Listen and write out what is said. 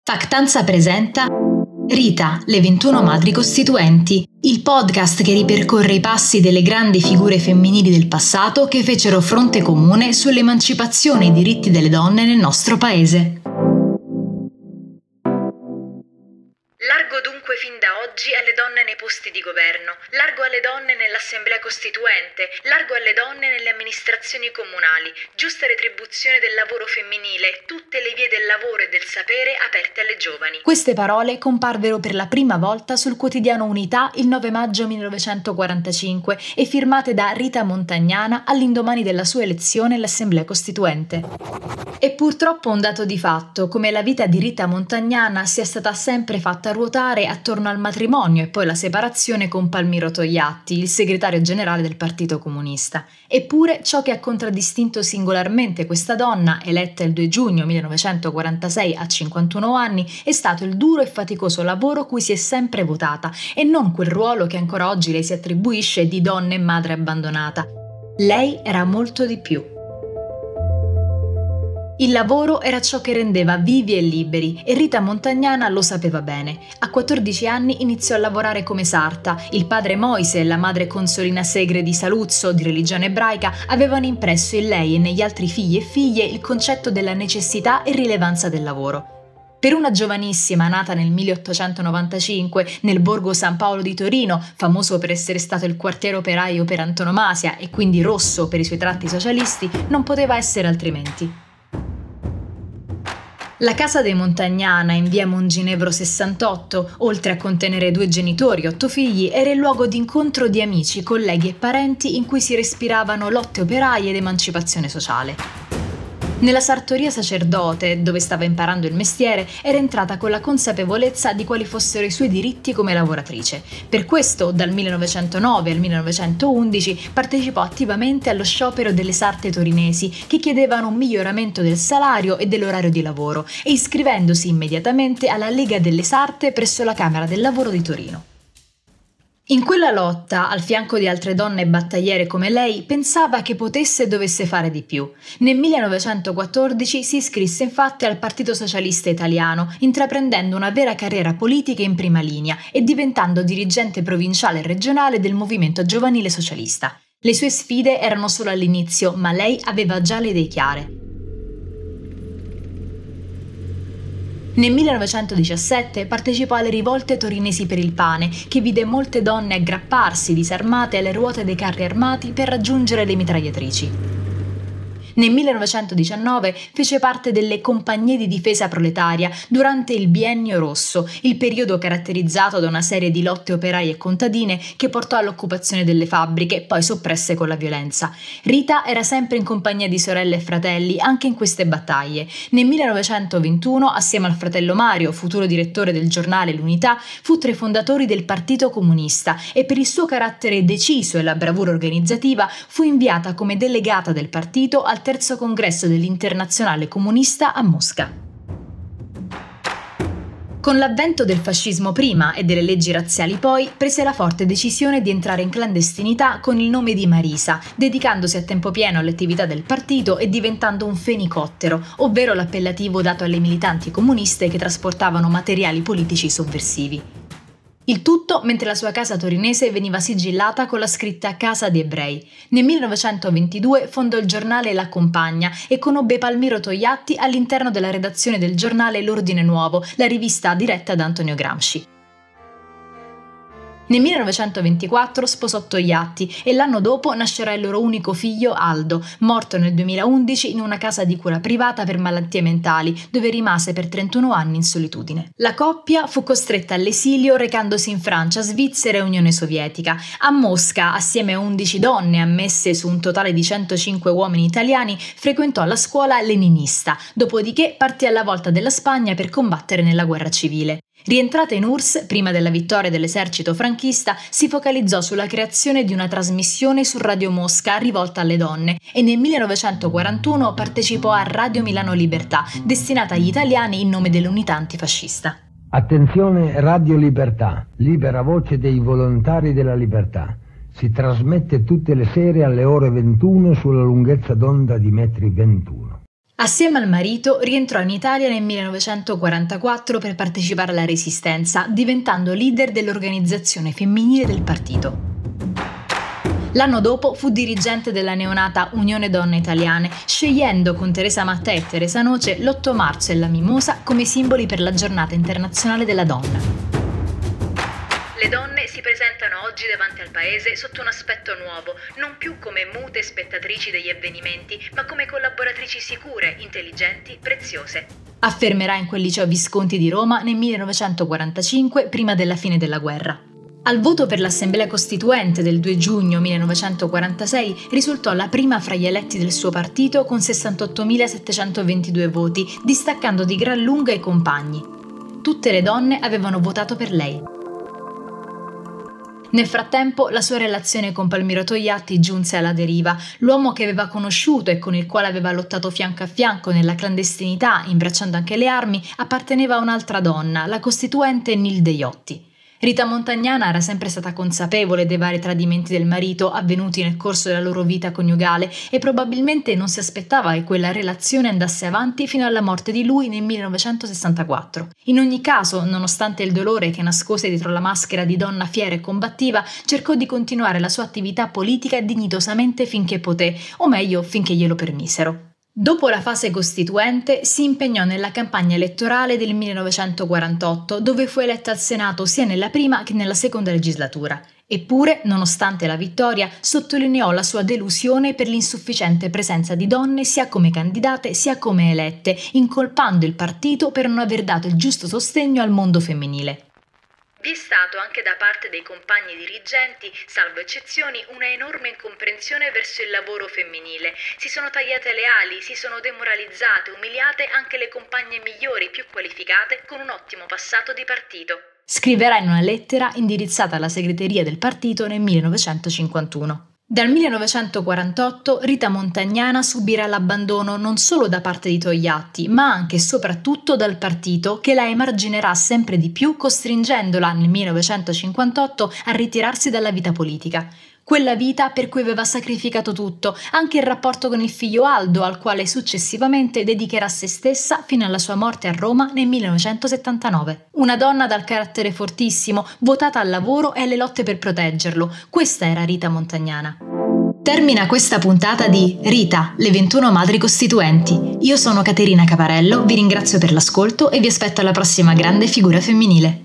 Factanza presenta Rita, le 21 madri costituenti, il podcast che ripercorre i passi delle grandi figure femminili del passato che fecero fronte comune sull'emancipazione e i diritti delle donne nel nostro paese. Largo dunque fin da oggi alle donne nei posti di governo, largo alle donne nell'Assemblea Costituente, largo alle donne nelle amministrazioni comunali, giusta retribuzione del lavoro femminile, tutte le vie del lavoro e del sapere aperte alle giovani. Queste parole comparvero per la prima volta sul quotidiano Unità il 9 maggio 1945 e firmate da Rita Montagnana all'indomani della sua elezione all'Assemblea Costituente. È purtroppo un dato di fatto come la vita di Rita Montagnana sia stata sempre fatta ruotare attorno al matrimonio e poi la separazione con Palmiro Togliatti, il segretario generale del Partito Comunista. Eppure ciò che ha contraddistinto singolarmente questa donna, eletta il 2 giugno 1946 a 51 anni, è stato il duro e faticoso lavoro cui si è sempre votata e non quel ruolo che ancora oggi lei si attribuisce di donna e madre abbandonata. Lei era molto di più. Il lavoro era ciò che rendeva vivi e liberi e Rita Montagnana lo sapeva bene. A 14 anni iniziò a lavorare come sarta. Il padre Moise e la madre Consolina Segre di Saluzzo, di religione ebraica, avevano impresso in lei e negli altri figli e figlie il concetto della necessità e rilevanza del lavoro. Per una giovanissima nata nel 1895 nel borgo San Paolo di Torino, famoso per essere stato il quartiere operaio per antonomasia e quindi rosso per i suoi tratti socialisti, non poteva essere altrimenti. La casa dei Montagnana in via Monginevro 68, oltre a contenere 2 genitori e 8 figli, era il luogo d'incontro di amici, colleghi e parenti in cui si respiravano lotte operaie ed emancipazione sociale. Nella sartoria sacerdote, dove stava imparando il mestiere, era entrata con la consapevolezza di quali fossero i suoi diritti come lavoratrice. Per questo, dal 1909 al 1911, partecipò attivamente allo sciopero delle sarte torinesi, che chiedevano un miglioramento del salario e dell'orario di lavoro, e iscrivendosi immediatamente alla Lega delle Sarte presso la Camera del Lavoro di Torino. In quella lotta, al fianco di altre donne battagliere come lei, pensava che potesse e dovesse fare di più. Nel 1914 si iscrisse infatti al Partito Socialista Italiano, intraprendendo una vera carriera politica in prima linea e diventando dirigente provinciale e regionale del movimento giovanile socialista. Le sue sfide erano solo all'inizio, ma lei aveva già le idee chiare. Nel 1917 partecipò alle rivolte torinesi per il pane, che vide molte donne aggrapparsi disarmate alle ruote dei carri armati per raggiungere le mitragliatrici. Nel 1919 fece parte delle compagnie di difesa proletaria durante il Biennio Rosso, il periodo caratterizzato da una serie di lotte operaie e contadine che portò all'occupazione delle fabbriche, poi soppresse con la violenza. Rita era sempre in compagnia di sorelle e fratelli anche in queste battaglie. Nel 1921, assieme al fratello Mario, futuro direttore del giornale L'Unità, fu tra i fondatori del Partito Comunista e per il suo carattere deciso e la bravura organizzativa fu inviata come delegata del partito al terzo congresso dell'Internazionale Comunista a Mosca. Con l'avvento del fascismo prima e delle leggi razziali poi, prese la forte decisione di entrare in clandestinità con il nome di Marisa, dedicandosi a tempo pieno alle attività del partito e diventando un fenicottero, ovvero l'appellativo dato alle militanti comuniste che trasportavano materiali politici sovversivi. Il tutto mentre la sua casa torinese veniva sigillata con la scritta Casa di Ebrei. Nel 1922 fondò il giornale La Compagna e conobbe Palmiro Togliatti all'interno della redazione del giornale L'Ordine Nuovo, la rivista diretta da Antonio Gramsci. Nel 1924 sposò Togliatti e l'anno dopo nascerà il loro unico figlio Aldo, morto nel 2011 in una casa di cura privata per malattie mentali, dove rimase per 31 anni in solitudine. La coppia fu costretta all'esilio recandosi in Francia, Svizzera e Unione Sovietica. A Mosca, assieme a 11 donne ammesse su un totale di 105 uomini italiani, frequentò la scuola leninista, dopodiché partì alla volta della Spagna per combattere nella guerra civile. Rientrata in URSS, prima della vittoria dell'esercito franchista, si focalizzò sulla creazione di una trasmissione su Radio Mosca rivolta alle donne e nel 1941 partecipò a Radio Milano Libertà, destinata agli italiani in nome dell'unità antifascista. Attenzione, Radio Libertà, libera voce dei volontari della libertà. Si trasmette tutte le sere alle ore 21 sulla lunghezza d'onda di metri 21. Assieme al marito rientrò in Italia nel 1944 per partecipare alla Resistenza, diventando leader dell'organizzazione femminile del partito. L'anno dopo fu dirigente della neonata Unione Donne Italiane, scegliendo con Teresa Mattei e Teresa Noce l'8 marzo e la mimosa come simboli per la Giornata Internazionale della Donna. Le donne si presentano oggi davanti al paese sotto un aspetto nuovo, non più come mute spettatrici degli avvenimenti, ma come collaboratrici sicure, intelligenti, preziose. Affermerà in quel liceo Visconti di Roma nel 1945, prima della fine della guerra. Al voto per l'Assemblea Costituente del 2 giugno 1946 risultò la prima fra gli eletti del suo partito con 68.722 voti, distaccando di gran lunga i compagni. Tutte le donne avevano votato per lei. Nel frattempo la sua relazione con Palmiro Togliatti giunse alla deriva. L'uomo che aveva conosciuto e con il quale aveva lottato fianco a fianco nella clandestinità, imbracciando anche le armi, apparteneva a un'altra donna, la costituente Nilde Iotti. Rita Montagnana era sempre stata consapevole dei vari tradimenti del marito avvenuti nel corso della loro vita coniugale e probabilmente non si aspettava che quella relazione andasse avanti fino alla morte di lui nel 1964. In ogni caso, nonostante il dolore che nascose dietro la maschera di donna fiera e combattiva, cercò di continuare la sua attività politica dignitosamente finché poté, o meglio finché glielo permisero. Dopo la fase costituente si impegnò nella campagna elettorale del 1948, dove fu eletta al Senato sia nella prima che nella seconda legislatura. Eppure, nonostante la vittoria, sottolineò la sua delusione per l'insufficiente presenza di donne sia come candidate sia come elette, incolpando il partito per non aver dato il giusto sostegno al mondo femminile. Vi è stato anche da parte dei compagni dirigenti, salvo eccezioni, una enorme incomprensione verso il lavoro femminile. Si sono tagliate le ali, si sono demoralizzate, umiliate anche le compagne migliori, più qualificate, con un ottimo passato di partito. Scriverà in una lettera indirizzata alla segreteria del partito nel 1951. Dal 1948 Rita Montagnana subirà l'abbandono non solo da parte di Togliatti, ma anche e soprattutto dal partito, che la emarginerà sempre di più, costringendola nel 1958 a ritirarsi dalla vita politica. Quella vita per cui aveva sacrificato tutto, anche il rapporto con il figlio Aldo, al quale successivamente dedicherà se stessa fino alla sua morte a Roma nel 1979. Una donna dal carattere fortissimo, votata al lavoro e alle lotte per proteggerlo. Questa era Rita Montagnana. Termina questa puntata di Rita, le 21 madri costituenti. Io sono Caterina Caparello, vi ringrazio per l'ascolto e vi aspetto alla prossima grande figura femminile.